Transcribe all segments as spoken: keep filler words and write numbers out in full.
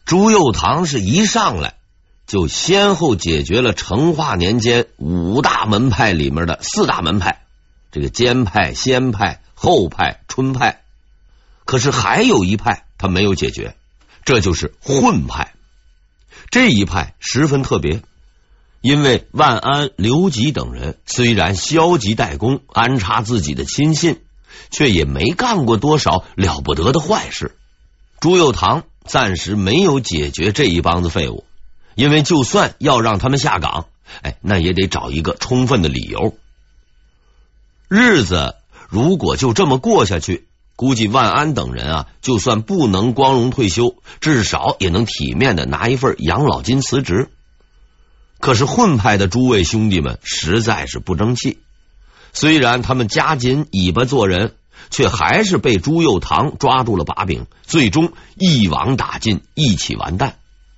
朱佑樘是一上来就先后解决了成化年间五大门派里面的四大门派，这个监派、先派、后派、春派。可是还有一派他没有解决，这就是混派。这一派十分特别，因为万安、刘吉等人虽然消极怠工，安插自己的亲信，却也没干过多少了不得的坏事。朱佑樘暂时没有解决这一帮子废物，因为就算要让他们下岗，哎，那也得找一个充分的理由。日子如果就这么过下去，估计万安等人啊，就算不能光荣退休，至少也能体面的拿一份养老金辞职。可是混派的诸位兄弟们实在是不争气，虽然他们夹紧尾巴做人，却还是被朱佑樘抓住了把柄，最终一网打尽，一起完蛋。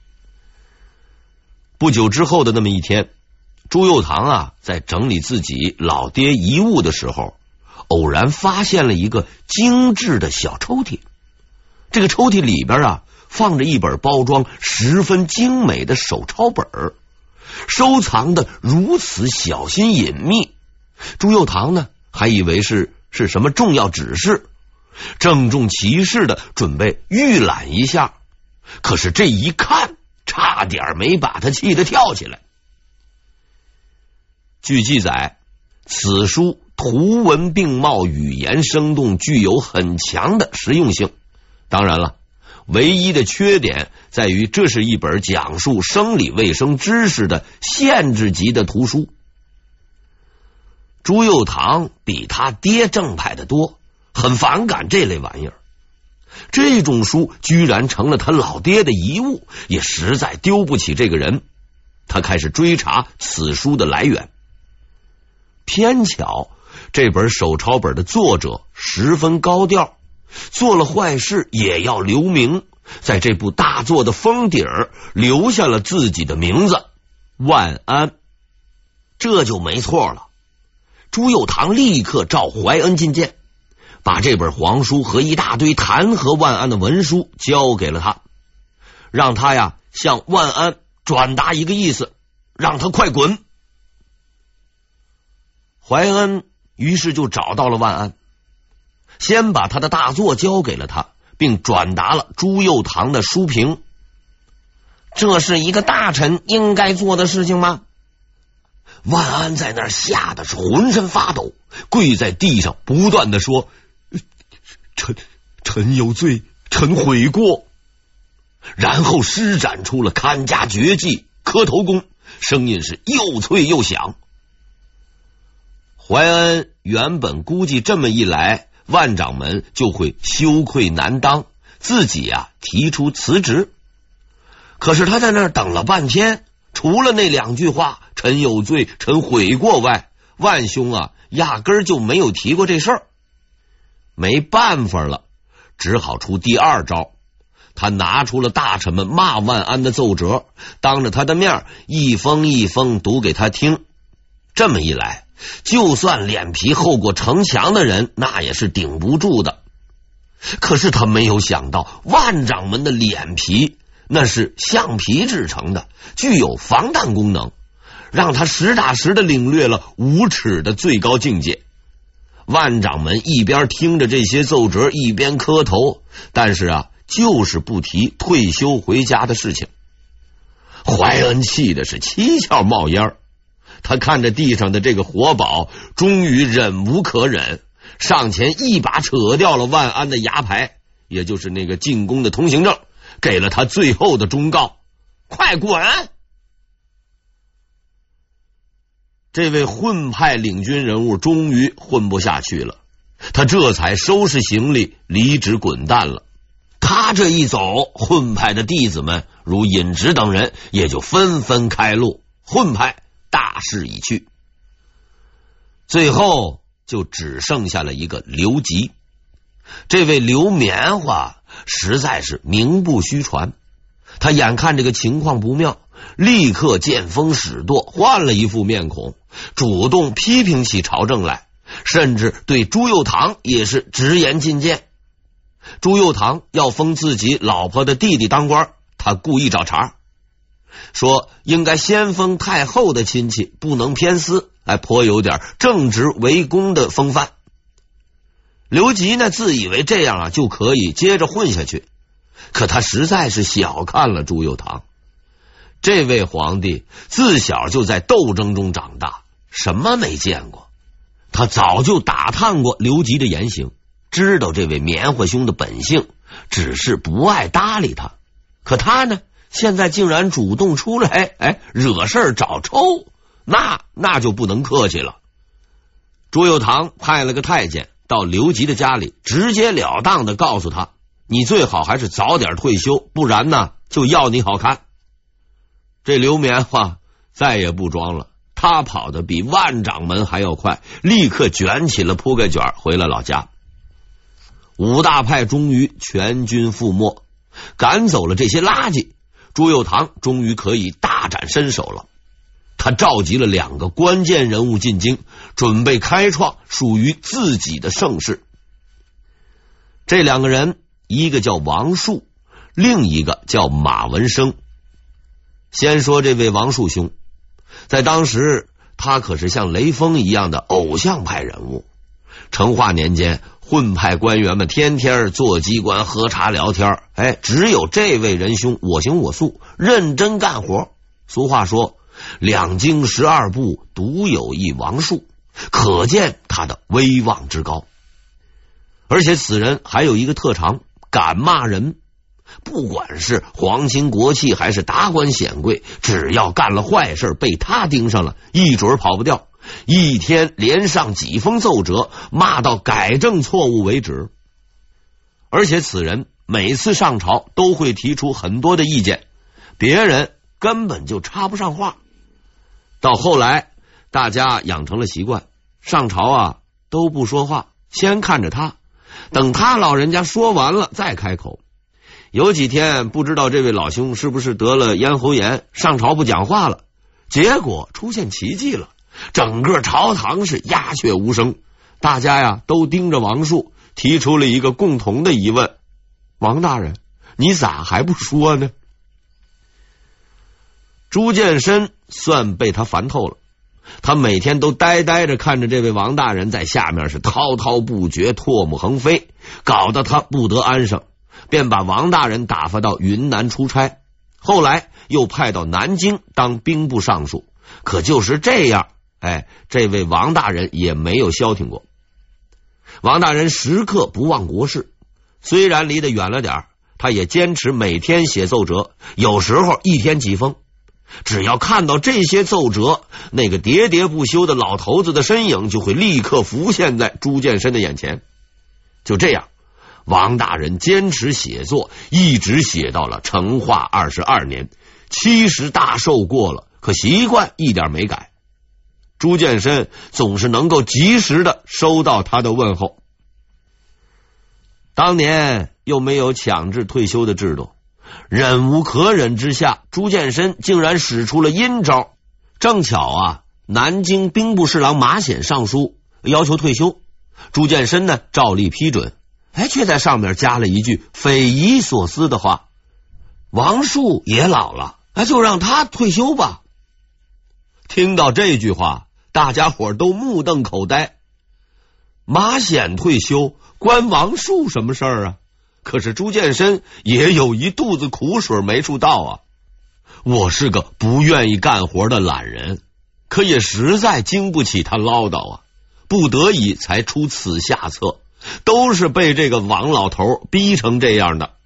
不久之后的那么一天，朱佑樘啊在整理自己老爹遗物的时候，偶然发现了一个精致的小抽屉。这个抽屉里边啊放着一本包装十分精美的手抄本，收藏的如此小心隐秘，朱佑樘呢还以为是是什么重要指示，郑重其事的准备预览一下。可是这一看，差点没把他气得跳起来。据记载，此书图文并茂，语言生动，具有很强的实用性。当然了，唯一的缺点在于这是一本讲述生理卫生知识的限制级的图书。朱佑樘比他爹正派的多，很反感这类玩意儿。这种书居然成了他老爹的遗物，也实在丢不起这个人。他开始追查此书的来源。偏巧这本手抄本的作者十分高调，做了坏事也要留名，在这部大作的封底儿留下了自己的名字万安。这就没错了。朱佑樘立刻召怀恩进谏，把这本皇书和一大堆弹劾万安的文书交给了他，让他呀向万安转达一个意思，让他快滚。怀恩于是就找到了万安，先把他的大作交给了他，并转达了朱佑樘的书评。这是一个大臣应该做的事情吗？万安在那儿吓得是浑身发抖，跪在地上不断的说：臣臣有罪，臣悔过。然后施展出了看家绝技磕头功，声音是又脆又响。怀恩原本估计这么一来，万掌门就会羞愧难当，自己啊提出辞职。可是他在那儿等了半天，除了那两句话臣有罪，臣悔过外，万兄啊压根儿就没有提过这事儿。没办法了，只好出第二招。他拿出了大臣们骂万安的奏折，当着他的面一封一封读给他听。这么一来，就算脸皮厚过城墙的人，那也是顶不住的。可是他没有想到，万掌门的脸皮那是橡皮制成的，具有防弹功能，让他实打实的领略了无耻的最高境界。万掌门一边听着这些奏折，一边磕头，但是啊，就是不提退休回家的事情。怀恩气的是七窍冒烟，他看着地上的这个活宝，终于忍无可忍，上前一把扯掉了万安的牙牌，也就是那个进宫的通行证，给了他最后的忠告：快滚！这位混派领军人物终于混不下去了，他这才收拾行李离职滚蛋了。他这一走，混派的弟子们如尹直等人也就纷纷开路，混派大势已去。最后就只剩下了一个刘吉。这位刘棉花实在是名不虚传，他眼看这个情况不妙，立刻见风使舵，换了一副面孔，主动批评起朝政来，甚至对朱佑樘也是直言进谏。朱佑樘要封自己老婆的弟弟当官， 他故意找茬，说应该先封太后的亲戚，不能偏私，还颇有点正直为公的风范。刘吉呢，自以为这样啊就可以接着混下去，可他实在是小看了朱佑樘。这位皇帝自小就在斗争中长大，什么没见过，他早就打探过刘吉的言行，知道这位棉花兄的本性，只是不爱搭理他。可他呢，现在竟然主动出来，哎，惹事儿找抽，那那就不能客气了。朱佑樘派了个太监到刘吉的家里，直截了当的告诉他，你最好还是早点退休，不然呢就要你好看。这刘棉花再也不装了，他跑得比万掌门还要快，立刻卷起了铺盖卷回了老家。五大派终于全军覆没，赶走了这些垃圾，朱佑樘终于可以大展身手了。他召集了两个关键人物进京，准备开创属于自己的盛世。这两个人，一个叫王树，另一个叫马文生。先说这位王树兄，在当时他可是像雷锋一样的偶像派人物。成化年间，混派官员们天天坐机关喝茶聊天，哎，只有这位仁兄我行我素，认真干活。俗话说，两京十二部独有一王树，可见他的威望之高。而且此人还有一个特长，敢骂人。不管是皇亲国戚还是达官显贵，只要干了坏事被他盯上了，一准跑不掉，一天连上几封奏折，骂到改正错误为止。而且此人每次上朝都会提出很多的意见，别人根本就插不上话。到后来大家养成了习惯，上朝啊都不说话，先看着他，等他老人家说完了再开口。有几天不知道这位老兄是不是得了咽喉炎，上朝不讲话了，结果出现奇迹了，整个朝堂是鸦雀无声。大家呀都盯着王树，提出了一个共同的疑问，王大人你咋还不说呢？朱见深算被他烦透了，他每天都呆呆着看着这位王大人在下面是滔滔不绝，唾沫横飞，搞得他不得安生，便把王大人打发到云南出差，后来又派到南京当兵部尚书。可就是这样，哎，这位王大人也没有消停过。王大人时刻不忘国事，虽然离得远了点，他也坚持每天写奏折，有时候一天几封。只要看到这些奏折，那个喋喋不休的老头子的身影就会立刻浮现在朱见深的眼前。就这样，王大人坚持写作，一直写到了成化二十二年，七十大寿过了，可习惯一点没改。朱见深总是能够及时的收到他的问候。当年又没有强制退休的制度，忍无可忍之下，朱见深竟然使出了阴招。正巧啊，南京兵部侍郎马显上书要求退休，朱见深呢照例批准，哎，却在上面加了一句匪夷所思的话：王树也老了，那就让他退休吧。听到这句话，大家伙都目瞪口呆。马显退休关王树什么事儿啊？可是朱见深也有一肚子苦水没处倒啊。我是个不愿意干活的懒人，可也实在经不起他唠叨啊，不得已才出此下策，都是被这个王老头逼成这样的。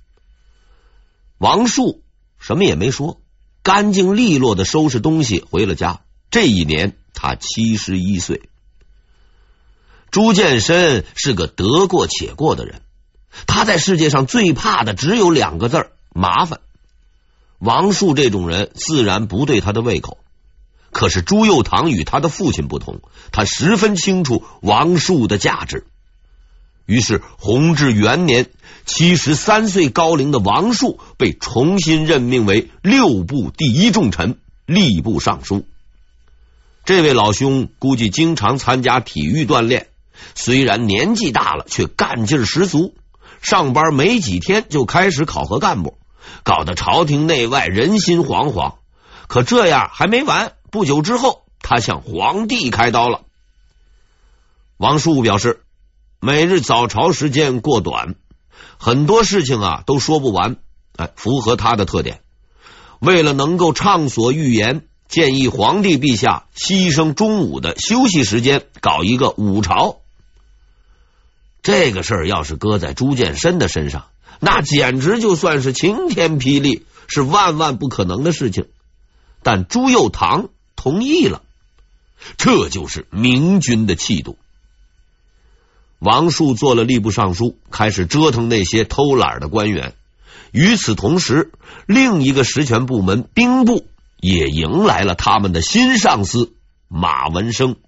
王树什么也没说，干净利落的收拾东西回了家。这一年他七十一岁。朱见深是个得过且过的人，他在世界上最怕的只有两个字儿：麻烦。王树这种人自然不对他的胃口，可是朱佑樘与他的父亲不同，他十分清楚王树的价值。于是弘治元年，七十三岁高龄的王树被重新任命为六部第一重臣、吏部尚书。这位老兄估计经常参加体育锻炼，虽然年纪大了，却干劲十足。上班没几天就开始考核干部， 搞得朝廷内外人心惶惶。可这样还没完，不久之后，他向皇帝开刀了。王叔表示，每日早朝时间过短，很多事情啊都说不完，哎，符合他的特点。为了能够畅所欲言，建议皇帝陛下牺牲中午的休息时间，搞一个午朝。这个事儿要是搁在朱见深的身上，那简直就算是晴天霹雳，是万万不可能的事情。但朱佑樘同意了，这就是明君的气度。王树做了吏部尚书，开始折腾那些偷懒的官员。与此同时，另一个实权部门兵部也迎来了他们的新上司马文生。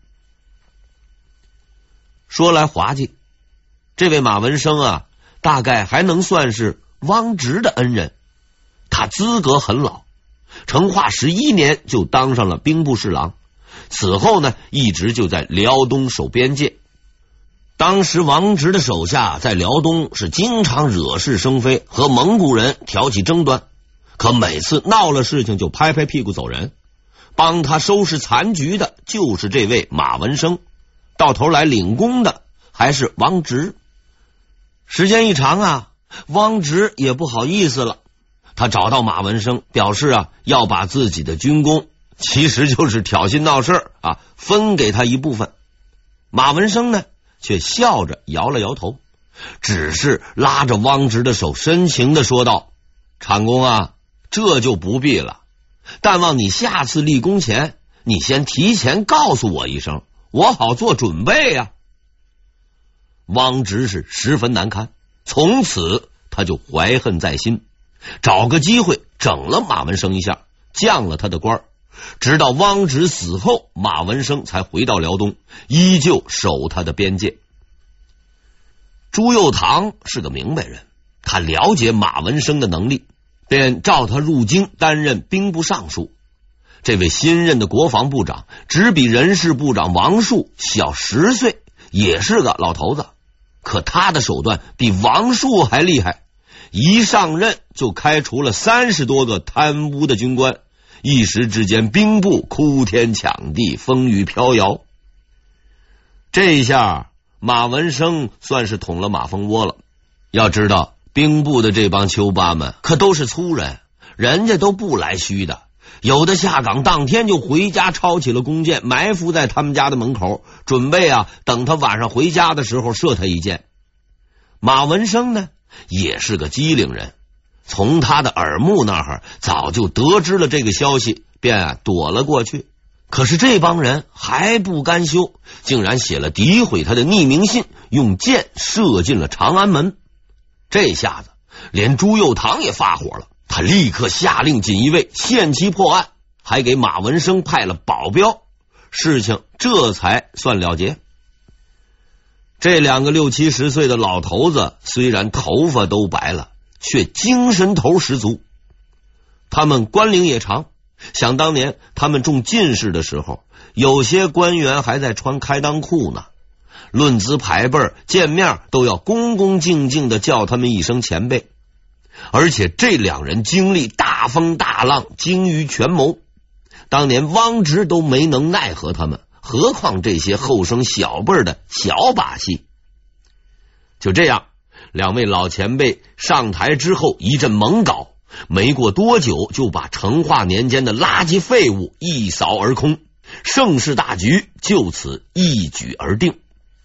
说来滑稽，这位马文生啊，大概还能算是汪直的恩人。他资格很老，成化十一年就当上了兵部侍郎，此后呢，一直就在辽东守边界。当时王直的手下在辽东是经常惹是生非，和蒙古人挑起争端，可每次闹了事情就拍拍屁股走人。帮他收拾残局的就是这位马文生，到头来领功的还是王直。时间一长啊，汪直也不好意思了，他找到马文生，表示啊要把自己的军功，其实就是挑衅闹事啊，分给他一部分。马文生呢却笑着摇了摇头，只是拉着汪直的手，深情的说道：“长公啊，这就不必了，但望你下次立功前，你先提前告诉我一声，我好做准备呀。”汪直是十分难堪，从此他就怀恨在心，找个机会整了马文生一下，降了他的官。直到汪直死后，马文生才回到辽东，依旧守他的边界。朱佑樘是个明白人，他了解马文生的能力，便召他入京担任兵部尚书。这位新任的国防部长只比人事部长王树小十岁，也是个老头子，可他的手段比王树还厉害，一上任就开除了三十多个贪污的军官，一时之间兵部哭天抢地，风雨飘摇。这一下马文生算是捅了马蜂窝了。要知道兵部的这帮丘巴们可都是粗人，人家都不来虚的，有的下岗当天就回家抄起了弓箭，埋伏在他们家的门口，准备啊等他晚上回家的时候射他一箭。马文生呢也是个机灵人，从他的耳目那儿早就得知了这个消息，便、啊、躲了过去。可是这帮人还不甘休，竟然写了诋毁他的匿名信，用箭射进了长安门。这下子连朱佑樘也发火了，他立刻下令锦衣卫限期破案，还给马文生派了保镖，事情这才算了结。这两个六七十岁的老头子虽然头发都白了，却精神头十足。他们官龄也长，想当年他们中进士的时候，有些官员还在穿开裆裤呢，论资排辈，见面都要恭恭敬敬的叫他们一声前辈。而且这两人经历大风大浪，精于权谋，当年汪直都没能奈何他们，何况这些后生小辈的小把戏。就这样，两位老前辈上台之后一阵猛搞，没过多久就把成化年间的垃圾废物一扫而空，盛世大局就此一举而定。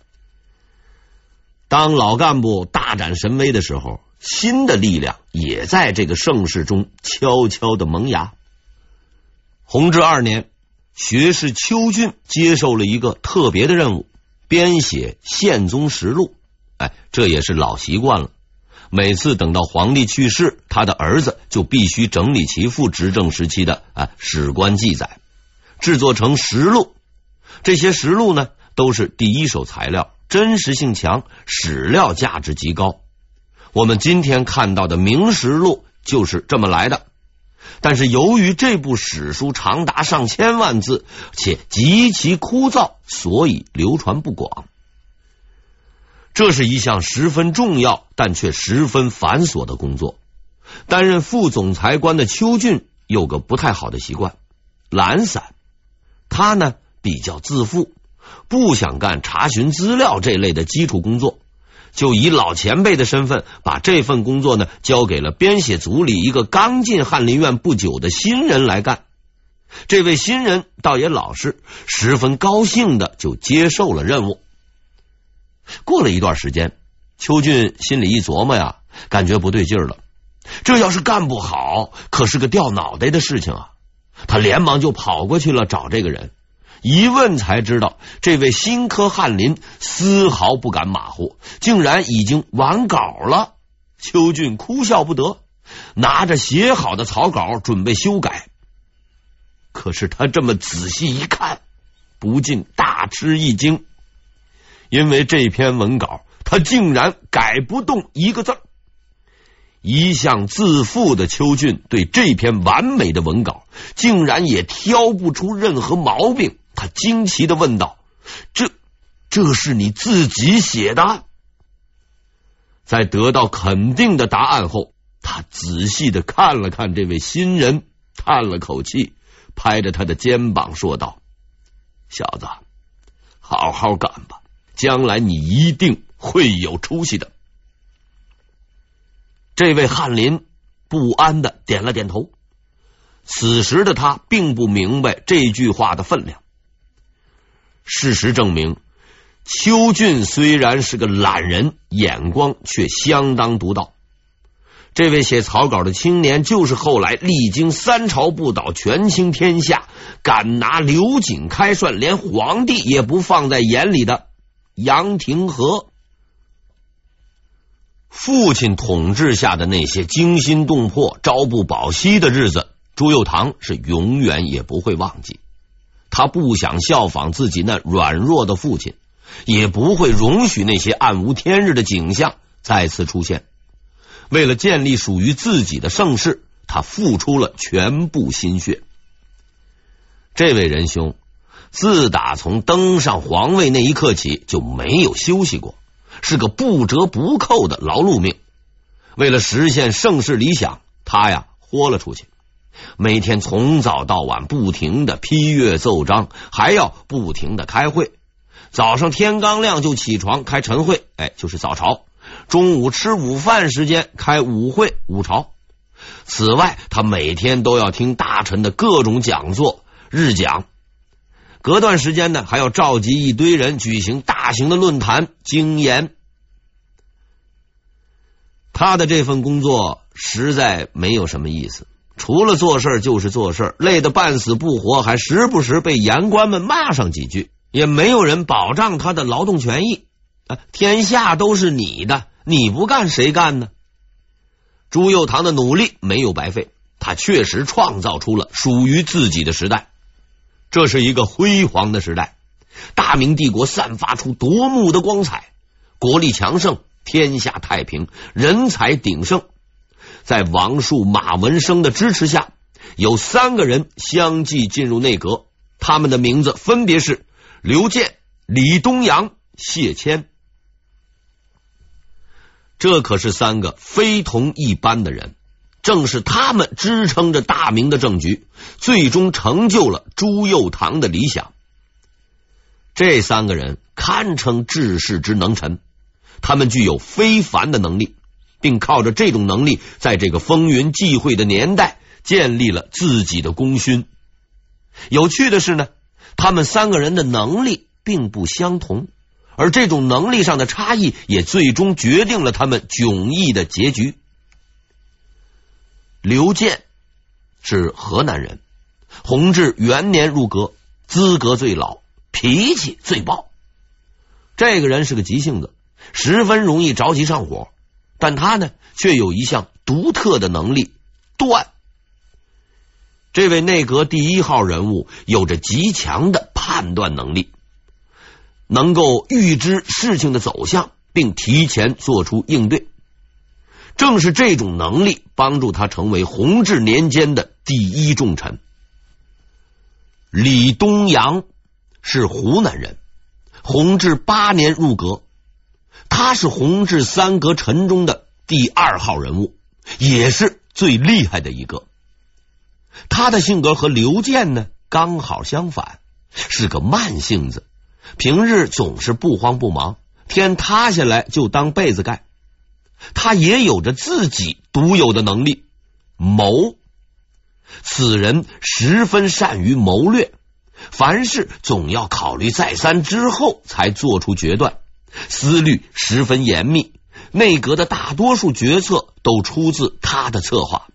当老干部大展神威的时候，新的力量也在这个盛世中悄悄的萌芽。弘治二年，学士邱俊接受了一个特别的任务，编写宪宗实录。哎，这也是老习惯了，每次等到皇帝去世，他的儿子就必须整理其父执政时期的啊史官记载，制作成实录。这些实录呢，都是第一手材料，真实性强，史料价值极高。我们今天看到的明实录就是这么来的。但是由于这部史书长达上千万字，且极其枯燥，所以流传不广。这是一项十分重要但却十分繁琐的工作。 担任副总裁官的邱俊有个不太好的习惯，懒散。他呢比较自负，不想干查询资料这类的基础工作，就以老前辈的身份把这份工作呢交给了编写组里一个刚进翰林院不久的新人来干。这位新人倒也老实，十分高兴的就接受了任务。过了一段时间，邱俊心里一琢磨呀，感觉不对劲儿了，这要是干不好可是个掉脑袋的事情啊。他连忙就跑过去了找这个人，一问才知道这位新科翰林丝毫不敢马虎，竟然已经完稿了。邱俊哭笑不得，拿着写好的草稿准备修改。可是他这么仔细一看，不禁大吃一惊，因为这篇文稿他竟然改不动一个字儿。一向自负的邱俊对这篇完美的文稿竟然也挑不出任何毛病，他惊奇地问道：这这是你自己写的？在得到肯定的答案后，他仔细地看了看这位新人，叹了口气，拍着他的肩膀说道：小子，好好干吧，将来你一定会有出息的。这位翰林不安的点了点头。此时的他并不明白这句话的分量。事实证明，邱俊虽然是个懒人，眼光却相当独到。这位写草稿的青年就是后来历经三朝不倒，权倾天下，敢拿刘瑾开涮，连皇帝也不放在眼里的杨廷和。父亲统治下的那些惊心动魄、朝不保夕的日子，朱佑樘是永远也不会忘记。他不想效仿自己那软弱的父亲，也不会容许那些暗无天日的景象再次出现。为了建立属于自己的盛世，他付出了全部心血。这位仁兄自打从登上皇位那一刻起就没有休息过，是个不折不扣的劳碌命。为了实现盛世理想，他呀豁了出去，每天从早到晚不停的批阅奏章，还要不停的开会。早上天刚亮就起床开晨会，哎，就是早朝。中午吃午饭时间开午会，午朝。此外，他每天都要听大臣的各种讲座，日讲。隔段时间呢，还要召集一堆人举行大型的论坛，精研。他的这份工作实在没有什么意思，除了做事就是做事，累得半死不活，还时不时被言官们骂上几句，也没有人保障他的劳动权益。啊，天下都是你的，你不干谁干呢？朱佑樘的努力没有白费，他确实创造出了属于自己的时代。这是一个辉煌的时代，大明帝国散发出夺目的光彩，国力强盛，天下太平，人才鼎盛。在王树、马文生的支持下，有三个人相继进入内阁，他们的名字分别是刘健、李东阳、谢谦。这可是三个非同一般的人，正是他们支撑着大明的政局，最终成就了朱佑樘的理想。这三个人堪称治世之能臣，他们具有非凡的能力，并靠着这种能力，在这个风云际会的年代建立了自己的功勋。有趣的是呢，他们三个人的能力并不相同，而这种能力上的差异也最终决定了他们迥异的结局。刘健是河南人，弘治元年入阁，资格最老，脾气最暴。这个人是个急性子，十分容易着急上火，但他呢却有一项独特的能力——断。这位内阁第一号人物有着极强的判断能力，能够预知事情的走向，并提前做出应对。正是这种能力帮助他成为弘治年间的第一重臣。李东阳是湖南人，弘治八年入阁，他是弘治三阁臣中的第二号人物，也是最厉害的一个。他的性格和刘健呢刚好相反，是个慢性子，平日总是不慌不忙，天塌下来就当被子盖。他也有着自己独有的能力，谋。此人十分善于谋略，凡事总要考虑再三之后才做出决断，思虑十分严密，内阁的大多数决策都出自他的策划。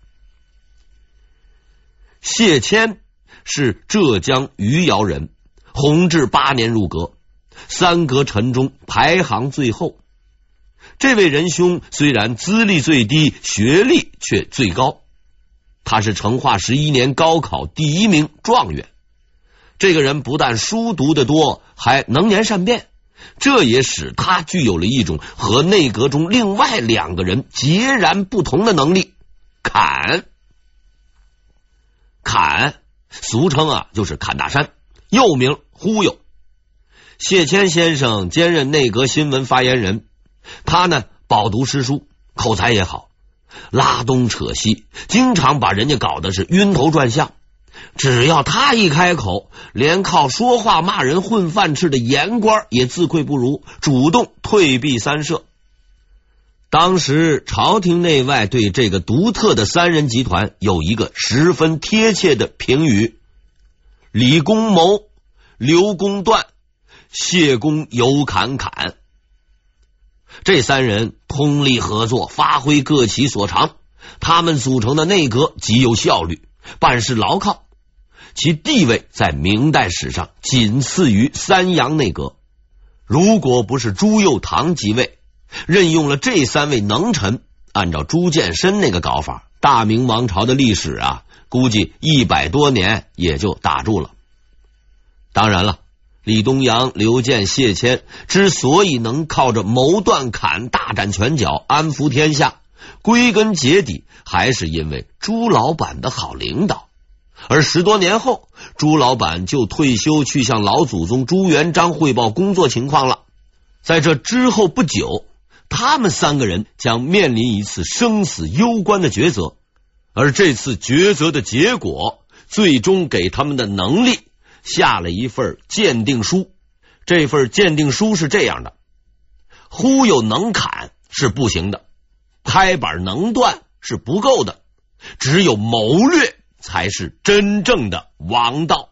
谢谦是浙江余姚人，弘治八年入阁，三阁臣中排行最后。这位仁兄虽然资历最低，学历却最高，他是成化十一年高考第一名状元。这个人不但书读得多，还能言善辩，这也使他具有了一种和内阁中另外两个人截然不同的能力——侃。侃俗称啊就是侃大山，又名忽悠。谢谦先生兼任内阁新闻发言人，他呢饱读诗书，口才也好，拉东扯西，经常把人家搞得是晕头转向。只要他一开口，连靠说话骂人混饭吃的言官也自愧不如，主动退避三舍。当时朝廷内外对这个独特的三人集团有一个十分贴切的评语：李公谋，刘公断，谢公有侃侃。这三人通力合作，发挥各其所长，他们组成的内阁极有效率，办事牢靠，其地位在明代史上仅次于三杨内阁。如果不是朱佑樘即位，任用了这三位能臣，按照朱见深那个搞法，大明王朝的历史啊，估计一百多年也就打住了。当然了，李东阳、刘健、谢谦之所以能靠着谋断侃大展拳脚，安抚天下，归根结底还是因为朱老板的好领导。而十多年后，朱老板就退休去向老祖宗朱元璋汇报工作情况了。在这之后不久，他们三个人将面临一次生死攸关的抉择，而这次抉择的结果最终给他们的能力下了一份鉴定书。这份鉴定书是这样的：忽悠能侃是不行的，拍板能断是不够的，只有谋略才是真正的王道。